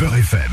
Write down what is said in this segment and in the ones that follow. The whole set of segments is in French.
Beurre FM.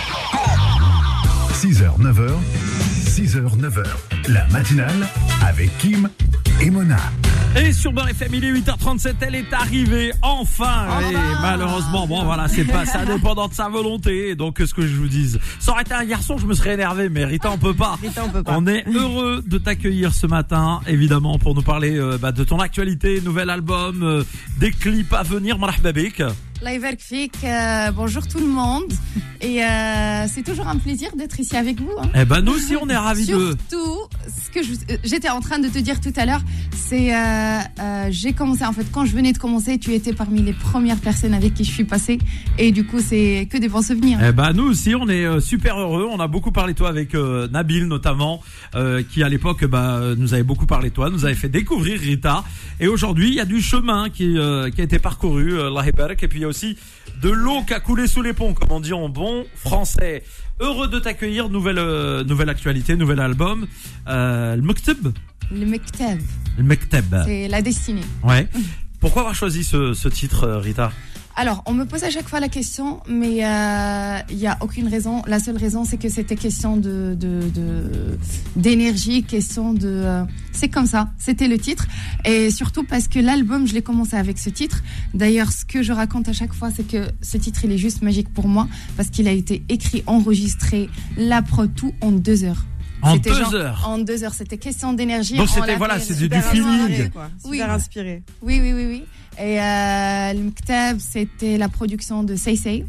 6h, 9h, 6h, 9h. La matinale avec Kim et Mona. Et sur Beurre FM, il est 8h37, elle est arrivée enfin. Et malheureusement, bon voilà, c'est pas ça, indépendant de sa volonté. Donc ce que je vous dise, ça aurait été un garçon, je me serais énervé, mais Rita, on peut pas. On est heureux de t'accueillir ce matin, évidemment, pour nous parler de ton actualité, nouvel album, des clips à venir. Marhaba bik. Bonjour tout le monde. Et c'est toujours un plaisir d'être ici avec vous. Hein. Eh ben nous aussi on est ravis de. Surtout, ce que j'étais en train de te dire tout à l'heure, c'est j'ai commencé en fait quand je venais de commencer, tu étais parmi les premières personnes avec qui je suis passée et du coup c'est que des bons souvenirs. Eh ben nous aussi on est super heureux. On a beaucoup parlé de toi avec Nabil notamment, qui à l'époque nous avait beaucoup parlé de toi, nous avait fait découvrir Rita. Et aujourd'hui il y a du chemin qui a été parcouru, Allah Barak, et puis il y a aussi de l'eau qui a coulé sous les ponts, comme on dit en bon français. Heureux de t'accueillir, nouvelle actualité, nouvel album. Le Mektab. Le Mektab. Le Mektab. C'est la destinée. Ouais. Pourquoi avoir choisi ce titre, Rita ? Alors, on me pose à chaque fois la question, mais il y a aucune raison. La seule raison, c'est que c'était question d'énergie, question de. C'est comme ça. C'était le titre, et surtout parce que l'album, je l'ai commencé avec ce titre. D'ailleurs, ce que je raconte à chaque fois, c'est que ce titre, il est juste magique pour moi parce qu'il a été écrit, enregistré, la prod, tout en 2 heures. En 2 heures. En 2 heures, c'était question d'énergie. Donc c'était c'est du feeling. Super inspiré. Oui. Et le Mektab, c'était la production de Say.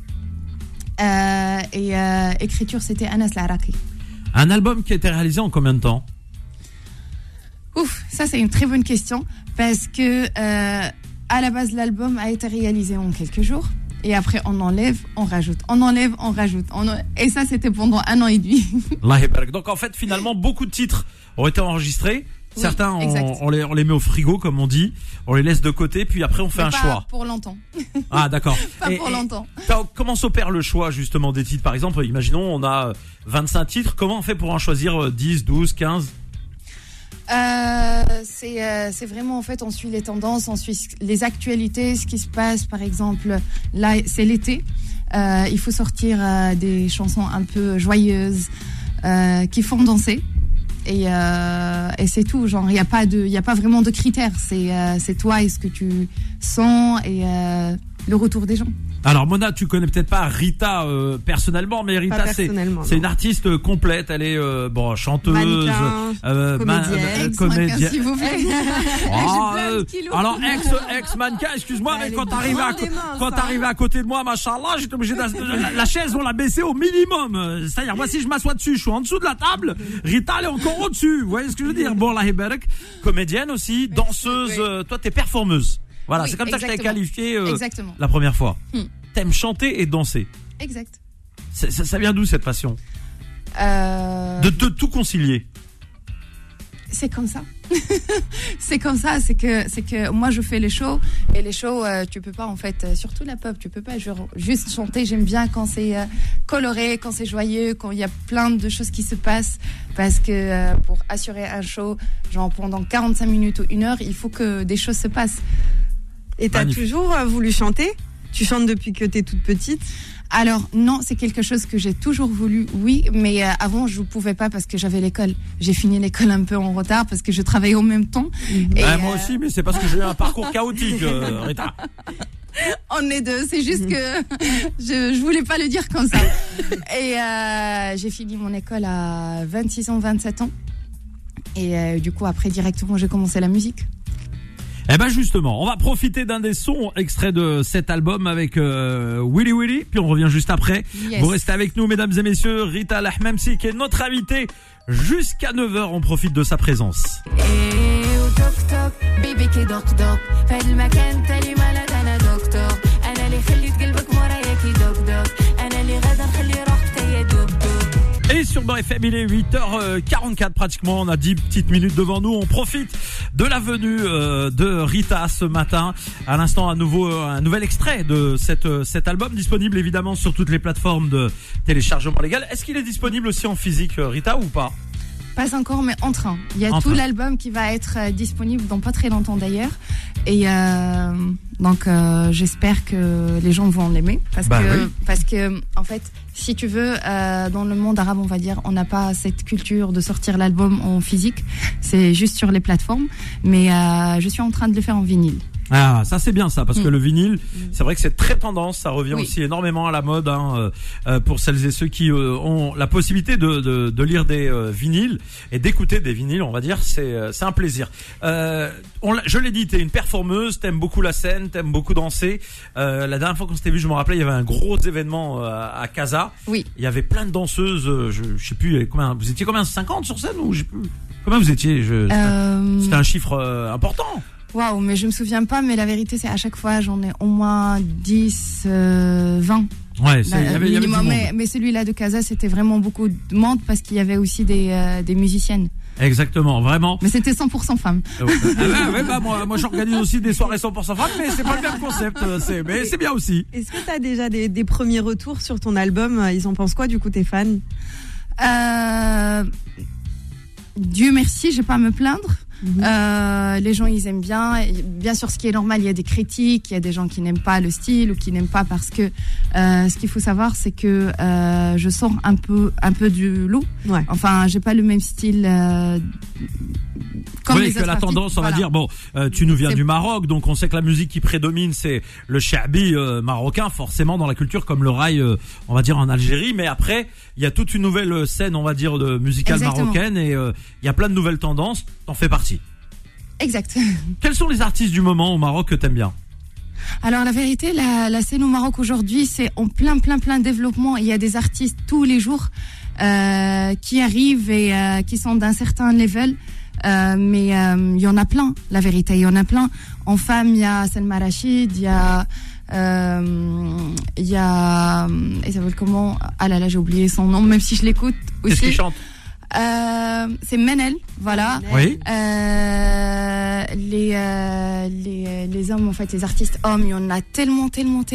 Et écriture, c'était Anas Laraki. Un album qui a été réalisé en combien de temps ? Ouf, ça c'est une très bonne question parce que à la base l'album a été réalisé en quelques jours. Et après, on enlève, on rajoute. On enlève, on rajoute. Et ça, c'était pendant 1 an et demi. Donc, en fait, finalement, beaucoup de titres ont été enregistrés. Oui, certains, on les met au frigo, comme on dit. On les laisse de côté, puis après, on fait un choix. Pas pour longtemps. Ah, d'accord. Pour longtemps. Comment s'opère le choix, justement, des titres ? Par exemple, imaginons, on a 25 titres. Comment on fait pour en choisir 10, 12, 15 ? C'est vraiment en fait on suit les tendances, on suit les actualités, ce qui se passe. Par exemple là c'est l'été, il faut sortir des chansons un peu joyeuses qui font danser et c'est tout, genre il y a pas vraiment de critères, c'est toi et ce que tu sens et le retour des gens. Alors Mona, tu connais peut-être pas Rita personnellement, mais Rita c'est une artiste complète. Elle est chanteuse, comédienne, s'il vous plaît. Alors ex mannequin, excuse-moi, mais quand t'arrives à côté de moi, machallah, j'étais obligé la chaise on l'a baissée au minimum. C'est-à-dire moi si je m'assois dessus, je suis en dessous de la table. Rita elle est encore au-dessus. Vous voyez ce que je veux dire ? Bon, la Hibarak, comédienne aussi, danseuse. Toi t'es performeuse. Voilà, oui, c'est comme ça que je t'ai qualifié la première fois. T'aimes chanter et danser. Exact. Ça vient d'où cette passion ? De tout concilier. C'est comme ça. C'est comme ça. C'est que moi je fais les shows et les shows tu peux pas en fait, surtout la pop, tu peux pas juste chanter. J'aime bien quand c'est coloré, quand c'est joyeux, quand il y a plein de choses qui se passent parce que pour assurer un show, genre pendant 45 minutes ou 1 heure, il faut que des choses se passent. Et t'as toujours voulu chanter ? Tu chantes depuis que t'es toute petite ? Alors non, c'est quelque chose que j'ai toujours voulu, oui, mais avant je ne pouvais pas parce que j'avais l'école. J'ai fini l'école un peu en retard parce que je travaillais en même temps. Et moi aussi, mais c'est parce que j'ai eu un parcours chaotique, Rita. On est deux, c'est juste que je voulais pas le dire comme ça. Et j'ai fini mon école à 26 ans, 27 ans. Et du coup, après, directement, j'ai commencé la musique. Eh ben justement, on va profiter d'un des sons extraits de cet album avec Willy Willy, puis on revient juste après. Yes. Vous restez avec nous, mesdames et messieurs. Rita Lahmamsi qui est notre invitée jusqu'à 9h. On profite de sa présence. Et sur Beurre FM, il est 8h44 pratiquement, on a 10 petites minutes devant nous. On profite de la venue de Rita ce matin. À l'instant, un nouvel extrait de cet album, disponible évidemment sur toutes les plateformes de téléchargement légal. Est-ce qu'il est disponible aussi en physique, Rita, ou pas ? Pas encore, mais en train. Il y a tout l'album qui va être disponible dans pas très longtemps d'ailleurs. Et donc j'espère que les gens vont l'aimer parce que en fait, si tu veux, dans le monde arabe, on va dire, on n'a pas cette culture de sortir l'album en physique. C'est juste sur les plateformes. Mais je suis en train de le faire en vinyle. Ah, ça c'est bien ça, parce que le vinyle, c'est vrai que c'est très tendance, ça revient aussi énormément à la mode pour celles et ceux qui ont la possibilité de lire des vinyles et d'écouter des vinyles, on va dire, c'est un plaisir. Je l'ai dit, t'es une performeuse, t'aimes beaucoup la scène, t'aimes beaucoup danser. La dernière fois qu'on s'était vu, je me rappelais, il y avait un gros événement à Casa. Oui. Il y avait plein de danseuses, je sais plus combien, vous étiez combien, 50 sur scène ou je sais plus. Combien vous étiez C'était un chiffre important. Waouh, mais je me souviens pas, mais la vérité, c'est à chaque fois, j'en ai au moins 10, 20. Ouais, il y avait du monde. Mais celui-là de Casa, c'était vraiment beaucoup de monde parce qu'il y avait aussi des musiciennes. Exactement, vraiment. Mais c'était 100% femmes. Moi j'organise aussi des soirées 100% femmes, mais c'est pas le même concept. Mais c'est bien aussi. Est-ce que tu as déjà des premiers retours sur ton album? Ils en pensent quoi, du coup, tes fans? Dieu merci, j'ai pas à me plaindre. Les gens ils aiment bien. Bien sûr, ce qui est normal, il y a des critiques, il y a des gens qui n'aiment pas le style ou qui n'aiment pas parce que ce qu'il faut savoir, c'est que je sors un peu du lot. Ouais. Enfin, j'ai pas le même style. Comme les que autres la tendance, artistes, on va dire, bon, tu nous viens du Maroc, donc on sait que la musique qui prédomine, c'est le sha'bi marocain, forcément dans la culture, comme le rail, on va dire en Algérie, mais après, il y a toute une nouvelle scène, on va dire, de musicale marocaine, et il y a plein de nouvelles tendances, t'en fais partie. Exact. Quels sont les artistes du moment au Maroc que t'aimes bien? Alors la vérité, la scène au Maroc aujourd'hui, c'est en plein développement. Il y a des artistes tous les jours qui arrivent et qui sont d'un certain level. Mais il y en a plein, la vérité, il y en a plein. En femme, il y a Selma Rachid, il y a elle s'appelle comment? Ah là là, j'ai oublié son nom, même si je l'écoute aussi. Qu'est-ce qu'il chante? C'est Menel, voilà. Oui. Les hommes, en fait, les artistes hommes, il y en a tellement.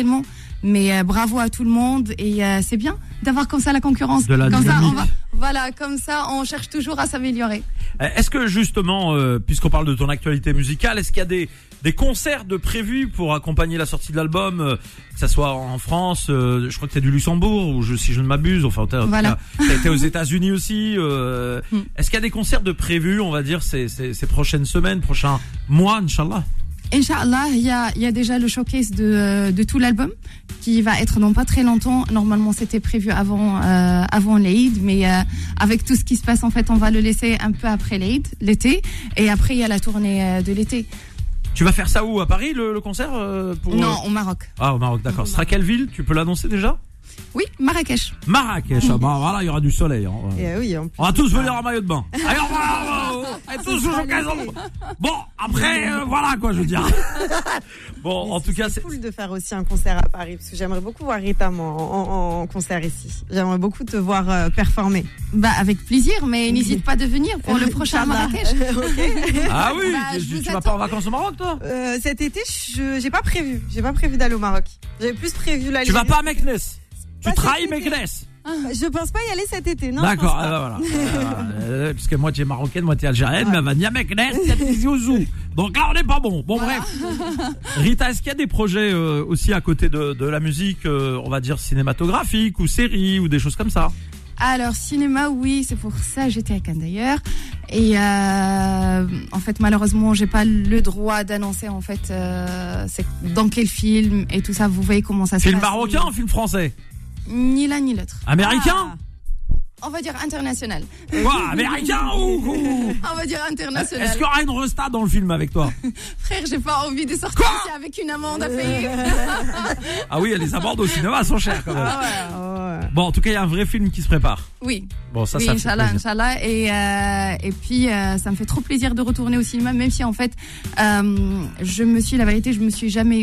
Mais bravo à tout le monde et c'est bien d'avoir comme ça la concurrence. De la comme dynamique. Comme ça, on cherche toujours à s'améliorer. Est-ce que justement, puisqu'on parle de ton actualité musicale, est-ce qu'il y a des concerts de prévus pour accompagner la sortie de l'album, que ça soit en France, je crois que t'es du Luxembourg, ou si je ne m'abuse, enfin t'as été aux États-Unis aussi. Est-ce qu'il y a des concerts de prévus, on va dire, ces prochaines semaines, prochains mois, Inch'Allah? Inch'Allah, il y a déjà le showcase de tout l'album qui va être dans pas très longtemps. Normalement, c'était prévu avant l'Eid, mais avec tout ce qui se passe, en fait, on va le laisser un peu après l'Eid, l'été, et après il y a la tournée de l'été. Tu vas faire ça où, à Paris, le concert Non, au Maroc. Ah, au Maroc, d'accord. Ce sera quelle ville? Tu peux l'annoncer déjà? Oui, Marrakech. Marrakech, voilà, il y aura du soleil. Oui, on va tous venir en maillot de bain. Allez, on va tous aux occasions. Bon, après, voilà quoi, je veux dire. Bon, en tout cas, c'est cool de faire aussi un concert à Paris, parce que j'aimerais beaucoup voir Rita en concert ici. J'aimerais beaucoup te voir performer. Bah, avec plaisir, mais n'hésite pas de venir pour le prochain Marrakech. Okay. Ah oui, tu vas pas en vacances au Maroc, toi? Cet été, j'ai pas prévu. J'ai pas prévu d'aller au Maroc. J'avais plus prévu l'Algérie. Tu vas pas à Meknes? Tu trahis Meknes? Je pense pas y aller cet été, non? D'accord, voilà. Puisque moitié marocaine, moitié algérienne, mais elle va dire Meknes, donc là on n'est pas bon. Bon, voilà. Bref. Rita, est-ce qu'il y a des projets aussi à côté de la musique, on va dire cinématographique ou série ou des choses comme ça? Alors cinéma, oui, c'est pour ça que j'étais à Cannes d'ailleurs. Et en fait, malheureusement, j'ai pas le droit d'annoncer en fait c'est dans quel film et tout ça. Vous voyez comment ça se passe. Film marocain ou film français? Ni l'un ni l'autre. Américain? On va dire international. Quoi, américain ou On va dire international. Est-ce qu'il y aura une resta dans le film avec toi? Frère, j'ai pas envie de sortir ici avec une amende à payer. Ah oui, les amendes au cinéma sont chères quand même. Ouais. Bon, en tout cas, il y a un vrai film qui se prépare. Oui. Bon, ça Inch'Allah. Et puis, ça me fait trop plaisir de retourner au cinéma, même si en fait, la vérité, je me suis jamais,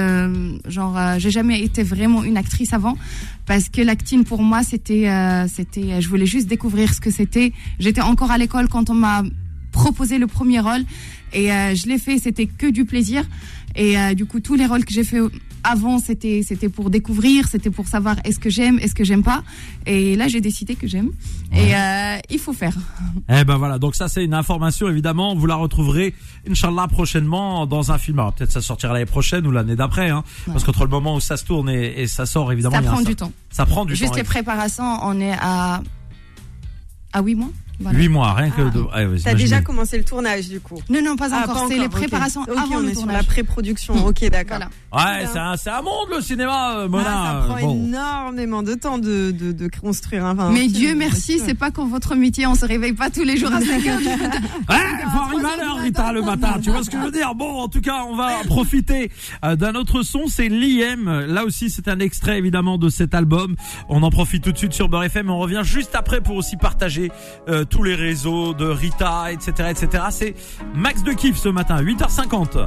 j'ai jamais été vraiment une actrice avant, parce que l'acting pour moi, c'était, je voulais juste découvrir ce que c'était. J'étais encore à l'école quand on m'a proposé le premier rôle, et je l'ai fait, c'était que du plaisir. Et du coup, tous les rôles que j'ai fait avant, c'était pour découvrir, c'était pour savoir est-ce que j'aime pas. Et là, j'ai décidé que j'aime. Et il faut faire. Eh ben voilà, donc ça c'est une information évidemment, vous la retrouverez Inch'Allah prochainement dans un film. Alors peut-être ça sortira l'année prochaine ou l'année d'après, hein, parce qu'entre le moment où ça se tourne et ça sort évidemment, ça prend du temps. Ça prend du temps. Juste les préparations, on est à 8 mois. Voilà. 8 mois, rien que de... T'as déjà commencé le tournage du coup? Non, pas encore. C'est les préparations avant le tournage. Sur la pré-production. Ok, d'accord. Voilà. Ouais, c'est un monde le cinéma, Mona. Ça prend énormément de temps de construire mais Dieu merci, c'est pas qu'en votre métier, on se réveille pas tous les jours à 5h du matin. Ouais, faut arriver à l'heure, Rita, le matin. Tu vois ce que je veux dire? Bon, en tout cas, on va profiter d'un autre son, c'est l'IM. Là aussi, c'est un extrait évidemment de cet album. On en profite tout de suite sur Beurre FM et on revient juste après pour aussi partager tous les réseaux de Rita, etc., etc. C'est Max de Kiff ce matin, 8h50.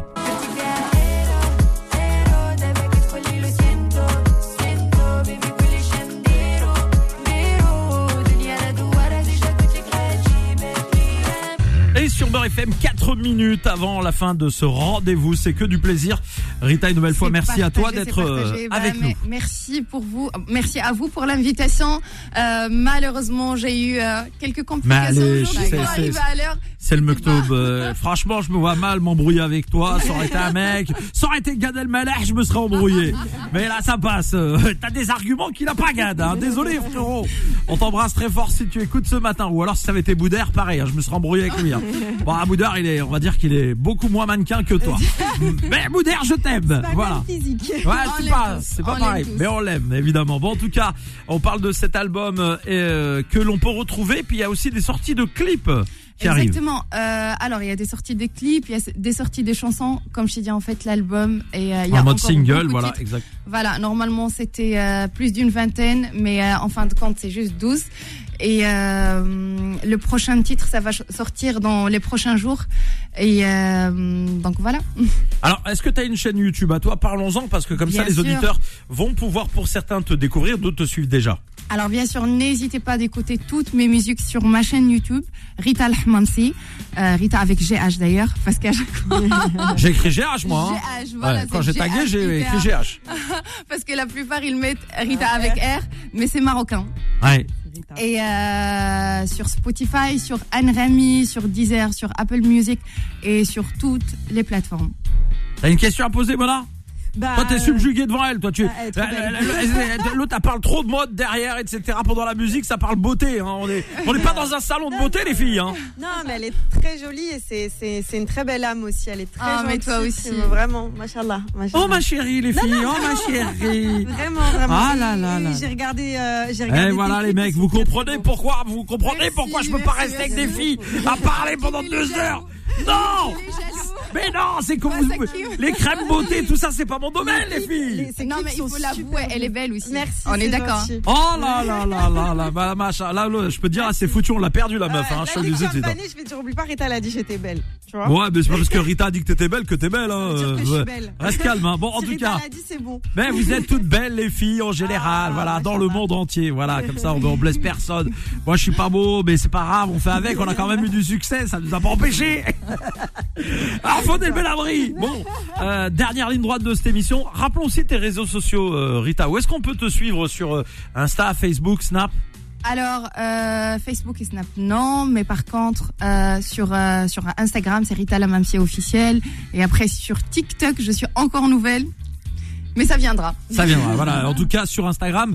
Et sur Beurre FM, 4 minutes avant la fin de ce rendez-vous, c'est que du plaisir. Rita, une nouvelle fois, merci à toi d'être avec nous. Merci à vous pour l'invitation. Malheureusement, j'ai eu quelques complications aujourd'hui pour arriver à l'heure. C'est le Mektoub. Franchement, je me vois mal m'embrouiller avec toi. Ça aurait été un mec, ça aurait été Gad Elmaleh, je me serais embrouillé. Mais là, ça passe. T'as des arguments qu'il n'a pas, Gad. Hein. Désolé, frérot. On t'embrasse très fort si tu écoutes ce matin. Ou alors, si ça avait été Boudère, pareil. Hein, je me serais embrouillé avec lui. Hein. Bon, Boudère, on va dire qu'il est beaucoup moins mannequin que toi. Mais Boudère, je t'aime. Voilà. Ouais, c'est pas pareil. Mais on l'aime, évidemment. Bon, en tout cas, on parle de cet album que l'on peut retrouver. Puis il y a aussi des sorties de clips. Exactement. Alors, il y a des sorties des clips, il y a des sorties des chansons. Comme je t'ai dit, en fait, l'album et il y a en mode single, voilà, exact. Voilà, normalement, c'était plus d'une vingtaine, mais en fin de compte, c'est juste 12. Et le prochain titre, ça va sortir dans les prochains jours. Et donc voilà. Alors, est-ce que tu as une chaîne YouTube à toi? Parlons-en, parce que comme bien ça, les auditeurs vont pouvoir, pour certains, te découvrir, d'autres te suivent déjà. Alors bien sûr, n'hésitez pas d'écouter toutes mes musiques sur ma chaîne YouTube, Rita Al-Hmamsi. Rita avec GH d'ailleurs, parce qu'à chaque fois... J'ai écrit GH moi. Hein. GH, voilà. Ouais, quand j'ai tagué, j'ai écrit GH. Parce que la plupart, ils mettent Rita avec R, mais c'est marocain. Ouais. Et sur Spotify, sur Anrami, sur Deezer, sur Apple Music et sur toutes les plateformes. T'as une question à poser, Mona? Toi, t'es subjugué devant elle. Toi, l'autre, elle parle trop de mode derrière, etc. Pendant la musique, ça parle beauté. Hein. On est pas dans un salon de beauté, les filles. Hein. Non, mais elle est très jolie et c'est une très belle âme aussi. Elle est très gentille. Mais toi aussi. Vraiment, machallah. Oh ma chérie, les filles. Oh ma chérie. Vraiment. Ah là là. J'ai regardé. Et voilà, les mecs, vous comprenez pourquoi je peux pas rester avec des filles à parler pendant 2 heures. Non. Mais non, c'est comme les crèmes beauté, tout ça, c'est pas mon domaine, les filles. Non, mais il faut l'avouer, elle est belle aussi. Merci. On est d'accord. Oh là là là là là, bah, machin. Là, je peux te dire, c'est foutu, on l'a perdu la meuf. Hein, je vais dire, oublie pas, Rita, elle a dit j'étais belle. Tu vois? Ouais, mais c'est pas parce que Rita a dit que t'étais belle que t'es belle. Hein. Je suis belle. Reste calme. Hein. Bon, en tout cas. Rita l'a dit, c'est bon. Mais vous êtes toutes belles, les filles, en général. Voilà, dans le monde entier. Voilà, comme ça, on blesse personne. Moi, je suis pas beau, mais c'est pas grave. On fait avec. On a quand même eu du succès. Ça nous a pas empêché. Alors, Faudel Belabri. Bon, dernière ligne droite de cette émission. Rappelons aussi tes réseaux sociaux, Rita. Où est-ce qu'on peut te suivre sur Insta, Facebook, Snap? Alors, Facebook et Snap, non. Mais par contre, sur Instagram, c'est Rita Al-Hmamsi officiel. Et après, sur TikTok, je suis encore nouvelle. Mais ça viendra. Ça viendra, voilà. En tout cas, sur Instagram,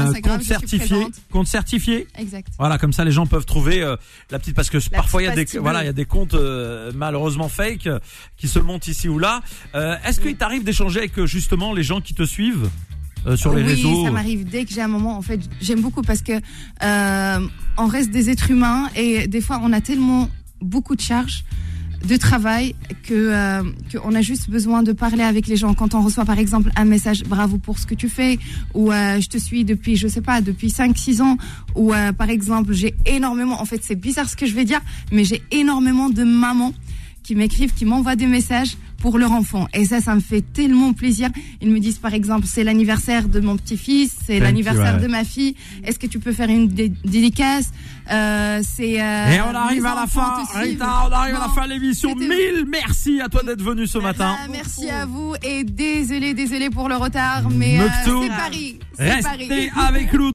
compte certifié. Exact. Voilà, comme ça, les gens peuvent trouver la petite, parce que parfois il y a des comptes malheureusement fake qui se montent ici ou là. Est-ce qu'il t'arrive d'échanger avec justement les gens qui te suivent sur les réseaux? Oui, ça m'arrive dès que j'ai un moment. En fait, j'aime beaucoup parce que on reste des êtres humains et des fois, on a tellement beaucoup de charges de travail qu'on a juste besoin de parler avec les gens. Quand on reçoit par exemple un message bravo pour ce que tu fais, ou je te suis depuis 5-6 ans, ou par exemple j'ai énormément, en fait c'est bizarre ce que je vais dire, mais j'ai énormément de mamans qui m'écrivent, qui m'envoient des messages pour leur enfant. Et ça me fait tellement plaisir. Ils me disent, par exemple, c'est l'anniversaire de mon petit-fils, c'est l'anniversaire de ma fille. Est-ce que tu peux faire une dédicace? Et on arrive à la fin, Rita, on arrive à la fin de l'émission. 1000 merci à toi d'être venu ce matin. Merci à vous et désolé pour le retard, mais c'est Paris. Restez avec nous.